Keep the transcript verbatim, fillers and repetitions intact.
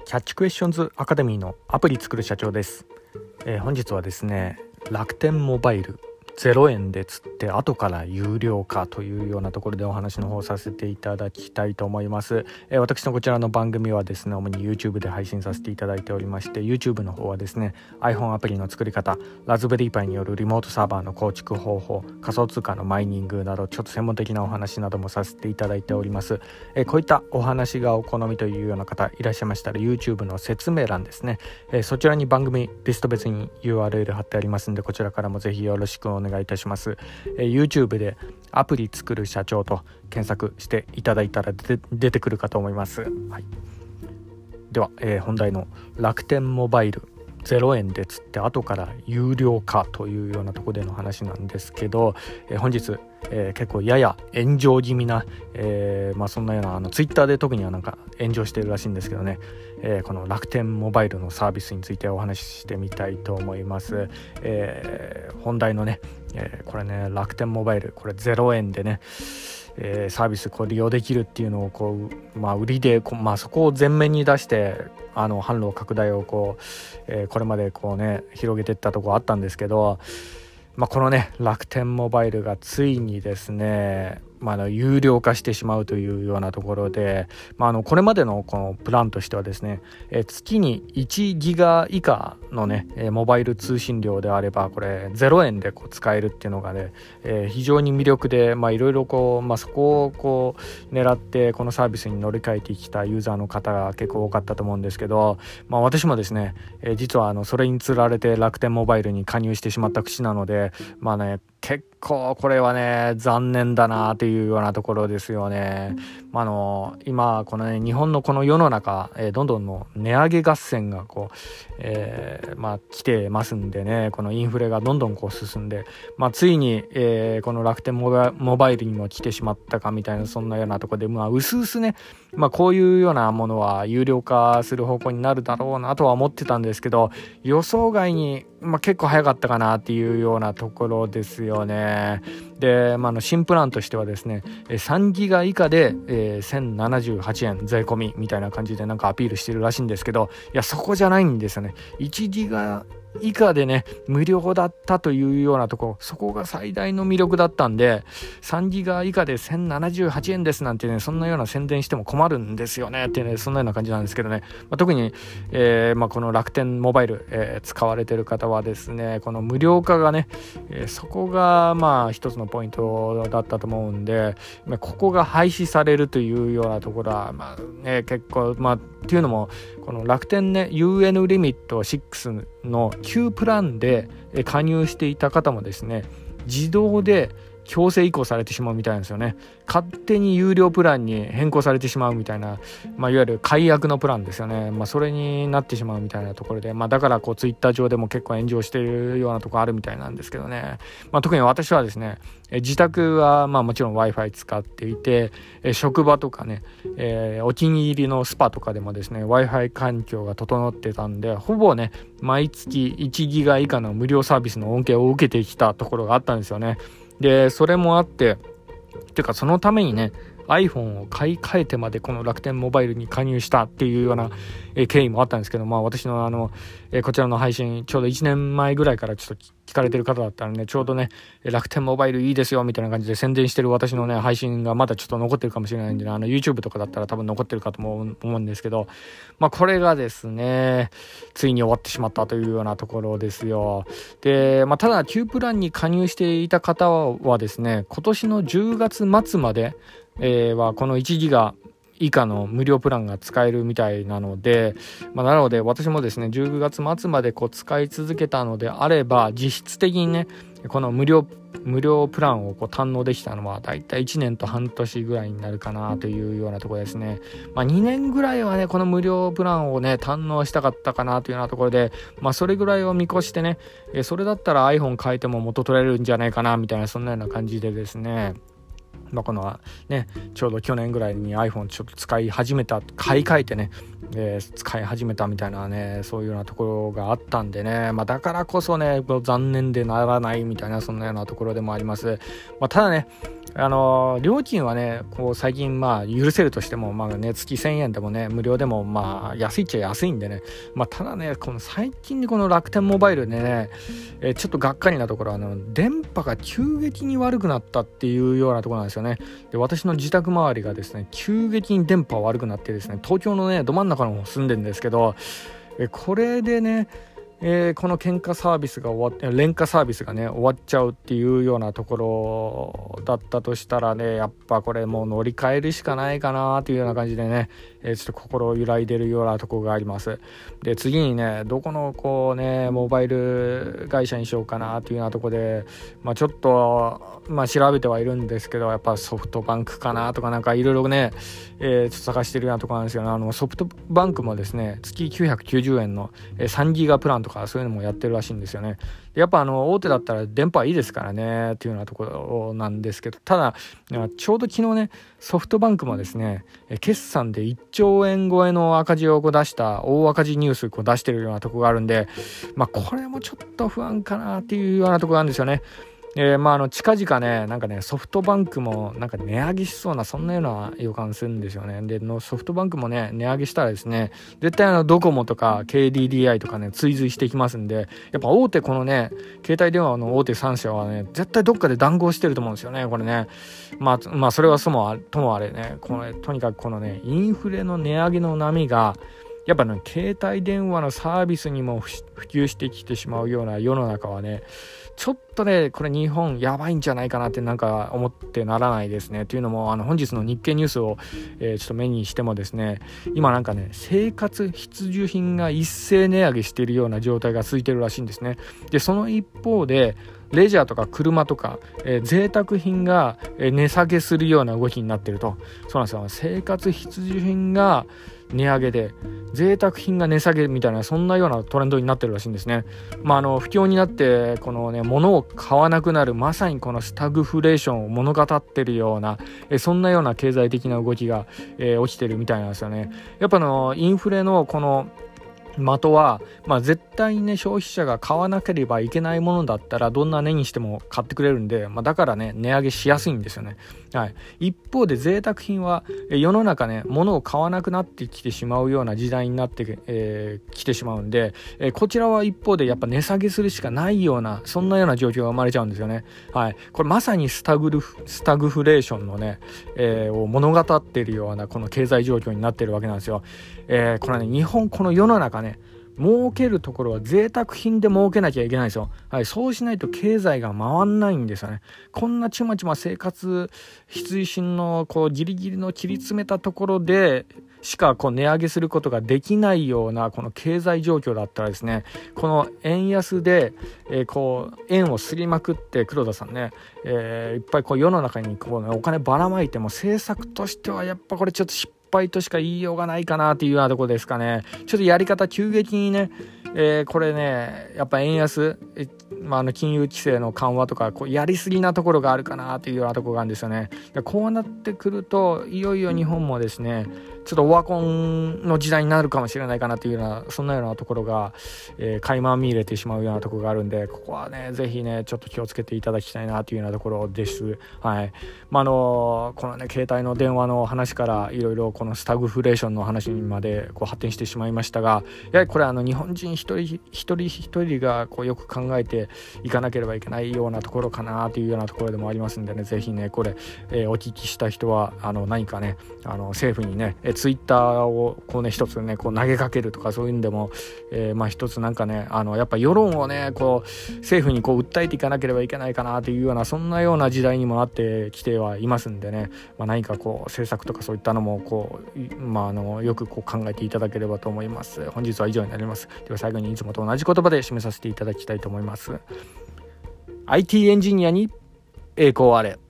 キャッチクエスチョンズアカデミーのアプリ作る社長です、えー、本日はですね楽天モバイルゼロえんでつって後から有料化というようなところでお話の方させていただきたいと思います、えー、私のこちらの番組はですね主に YouTube で配信させていただいておりまして YouTube の方はですね iPhone アプリの作り方、ラズベリーパイによるリモートサーバーの構築方法、仮想通貨のマイニングなどちょっと専門的なお話などもさせていただいております、えー、こういったお話がお好みというような方いらっしゃいましたら YouTube の説明欄ですね、えー、そちらに番組リスト別に ユーアールエル 貼ってありますのでこちらからもぜひよろしくお願いいたします。えー、YouTube でアプリ作る社長と検索していただいたら出て、出てくるかと思います、はい、では、えー、本題の楽天モバイルゼロえんでつって後から有料化というようなところでの話なんですけど、えー、本日、えー、結構やや炎上気味な、えーまあ、そんなようなあのツイッターで特にはなんか炎上しているらしいんですけどね、えー、この楽天モバイルのサービスについてお話ししてみたいと思います、えー、本題のね、えー、これね楽天モバイルこれゼロえんでねえー、サービスこう利用できるっていうのをこう、まあ、売りでこう、まあ、そこを前面に出してあの販路拡大をこう、えー、これまでこうね広げていったところあったんですけど、まあ、このね楽天モバイルがついにですね、まあ、あの有料化してしまうというようなところで、まあ、あのこれまでのこのプランとしてはですね、えー、月にいちギガ以下のね、えー、モバイル通信量であればこれゼロえんでこう使えるっていうのがね、えー、非常に魅力で、まあ、いろいろこう、まあ、そこをこう狙ってこのサービスに乗り換えてきたユーザーの方が結構多かったと思うんですけど、まあ、私もですね、えー、実はあのそれにつられて楽天モバイルに加入してしまった口なので、まあね結構これはね残念だなというようなところですよね。まあ、あの今このね日本のこの世の中、えー、どんどんの値上げ合戦がこう、えー、まあ来てますんでね、このインフレがどんどんこう進んで、まあ、ついに、えー、この楽天モバ、モバイルにも来てしまったかみたいなそんなようなところで、まあ、うすうすね、まあ、こういうようなものは有料化する方向になるだろうなとは思ってたんですけど、予想外に、まあ、結構早かったかなっていうようなところですよね。で、まあ、の新プランとしてはですねさんギガ以下で、えー、せんななじゅうはちえん税込みみたいな感じでなんかアピールしてるらしいんですけど、いやそこじゃないんですよね。いちギガ以下でね無料だったというようなところ、そこが最大の魅力だったんで、さんギガ以下でせんななじゅうはちえんですなんてねそんなような宣伝しても困るんですよねってね、そんなような感じなんですけどね、まあ、特に、えーまあ、この楽天モバイル、えー、使われてる方はですねこの無料化がね、えー、そこがまあ一つのポイントだったと思うんで、まあ、ここが廃止されるというようなところはまあね結構まあっていうのもこの楽天ね ユーエヌ リミットろくの旧プランで加入していた方もですね自動で強制移行されてしまうみたいなんですよね。勝手に有料プランに変更されてしまうみたいな、まあ、いわゆる解約のプランですよね、まあ、それになってしまうみたいなところで、まあ、だからこうツイッター上でも結構炎上しているようなところあるみたいなんですけどね、まあ、特に私はですね自宅はまあもちろん Wi-Fi 使っていて、職場とかね、えー、お気に入りのスパとかでもですね Wi-Fi 環境が整ってたんで、ほぼね毎月いちギガ以下の無料サービスの恩恵を受けてきたところがあったんですよね。でそれもあってっていうかそのためにね iPhone を買い替えてまでこの楽天モバイルに加入したっていうような、えー、経緯もあったんですけど、まあ私のあの、えー、こちらの配信ちょうどいちねんまえぐらいからちょっと聞かれてる方だったらねちょうどね楽天モバイルいいですよみたいな感じで宣伝してる私のね配信がまだちょっと残ってるかもしれないんで、ね、あの YouTube とかだったら多分残ってるかと思うんですけど、まあこれがですねついに終わってしまったというようなところですよ。で、まあ、ただ旧プランに加入していた方はですね今年のじゅうがつ末までえー、はこのいちギガ以下の無料プランが使えるみたいなので、まあ、なので私もですねじゅうがつ末までこう使い続けたのであれば実質的にねこの無料無料プランをこう堪能できたのはだいたいいちねんと半年ぐらいになるかなというようなところですね。まあ、にねんぐらいはねこの無料プランをね堪能したかったかなというようなところで、まあ、それぐらいを見越してねえそれだったら iPhone 変えても元取れるんじゃないかなみたいなそんなような感じでですねまあ、このねちょうど去年ぐらいに iPhone ちょっと使い始めた買い替えてね、えー、使い始めたみたいなねそういうようなところがあったんでね、まあ、だからこそね残念でならないみたいなそんなようなところでもあります。まあ、ただねあのー、料金はねこう最近まあ許せるとしても、まあね、月せんえんでもね無料でもまあ安いっちゃ安いんでね、まあ、ただねこの最近にこの楽天モバイルでね、えー、ちょっとがっかりなところはあの電波が急激に悪くなったっていうようなところなんですよね。で私の自宅周りがですね急激に電波悪くなってですね東京のねど真ん中の方住んでるんですけど、えー、これでねえー、この喧嘩サービスが終わって廉価サービスがね終わっちゃうっていうようなところだったとしたらねやっぱこれもう乗り換えるしかないかなというような感じでね、えー、ちょっと心を揺らいでるようなところがあります。で次にねどこのこうねモバイル会社にしようかなというようなところで、まあ、ちょっと、まあ、調べてはいるんですけどやっぱソフトバンクかなとかなんかいろいろね、えー、ちょっと探してるようなところなんですよね。あのソフトバンクもですね月きゅうひゃくきゅうじゅうえんのさんギガプランとかそういうのもやってるらしいんですよね。でやっぱあの大手だったら電波はいいですからねっていうようなところなんですけど、ただちょうど昨日ねソフトバンクもですね決算でいっちょうえん超えの赤字をこう出した大赤字ニュースを出してるようなところがあるんで、まあこれもちょっと不安かなっていうようなところなんですよね。えー、まああの近々ねなんかねソフトバンクもなんか値上げしそうなそんなような予感するんですよね。でのソフトバンクもね値上げしたらですね絶対あのドコモとか ケーディーディーアイ とかね追随していきますんで、やっぱ大手このね携帯電話の大手さん社はね絶対どっかで談合してると思うんですよねこれね。まあまあそれはそもともあれねこのとにかくこのねインフレの値上げの波がやっぱね携帯電話のサービスにも普及してきてしまうような世の中はねちょっとねこれ日本やばいんじゃないかなってなんか思ってならないですね。というのもあの本日の日経ニュースを、えー、ちょっと目にしてもですね今なんかね生活必需品が一斉値上げしているような状態が続いているらしいんですね。でその一方でレジャーとか車とか、えー、贅沢品が値下げするような動きになっていると。そうなんですよ。生活必需品が値上げで贅沢品が値下げみたいなそんなようなトレンドになってるらしいんですね。まああの不況になってこのね物を買わなくなるまさにこのスタグフレーションを物語ってるようなえそんなような経済的な動きが、えー、起きてるみたいなんですよね。やっぱのインフレのこの的は、まあ、絶対にね消費者が買わなければいけないものだったらどんな値にしても買ってくれるんで、まあ、だからね値上げしやすいんですよね。はい、一方で贅沢品は世の中ね物を買わなくなってきてしまうような時代になってき、えー、てしまうんで、えー、こちらは一方でやっぱ値下げするしかないようなそんなような状況が生まれちゃうんですよね。はい、これまさにスタグルスタグフレーションのね、えー、を物語っているようなこの経済状況になっているわけなんですよ。えー、これはね日本この世の中ね儲けるところは贅沢品で儲けなきゃいけないんですよ。はい、そうしないと経済が回んないんですよね。こんなちまちま生活必需品のこうギリギリの切り詰めたところでしかこう値上げすることができないようなこの経済状況だったらですねこの円安で、えー、こう円をすりまくって黒田さんね、えー、いっぱいこう世の中にこう、ね、お金ばらまいても政策としてはやっぱこれちょっと失敗失敗としか言いようがないかなっていうようなところですかね。ちょっとやり方急激にね、えー、これねやっぱ円安、まあ、あの金融規制の緩和とかこうやりすぎなところがあるかなというようなところがあるんですよね。こうなってくるといよいよ日本もですねちょっとオワコンの時代になるかもしれないかなというようなそんなようなところが、えー、垣間見れてしまうようなところがあるんでここはねぜひねちょっと気をつけていただきたいなというようなところです。はい。まあ、あのこのね携帯の電話の話からいろいろこのスタグフレーションの話にまでこう発展してしまいましたが、やはりこれあの日本人一人一人一人がこうよく考えていかなければいけないようなところかなというようなところでもありますんでねぜひねこれ、えー、お聞きした人はあの何かねあの政府にねツイッターをこうね一つねこう投げかけるとかそういうんでも、えー、まあ一つなんかねあのやっぱ世論をねこう政府にこう訴えていかなければいけないかなというようなそんなような時代にもなってきてはいますんでね、まあ、何かこう政策とかそういったのもこう、まあ、あのよくこう考えていただければと思います。本日は以上になります。では最後にいつもと同じ言葉で締めさせていただきたいと思います。アイティー エンジニアに栄光あれ。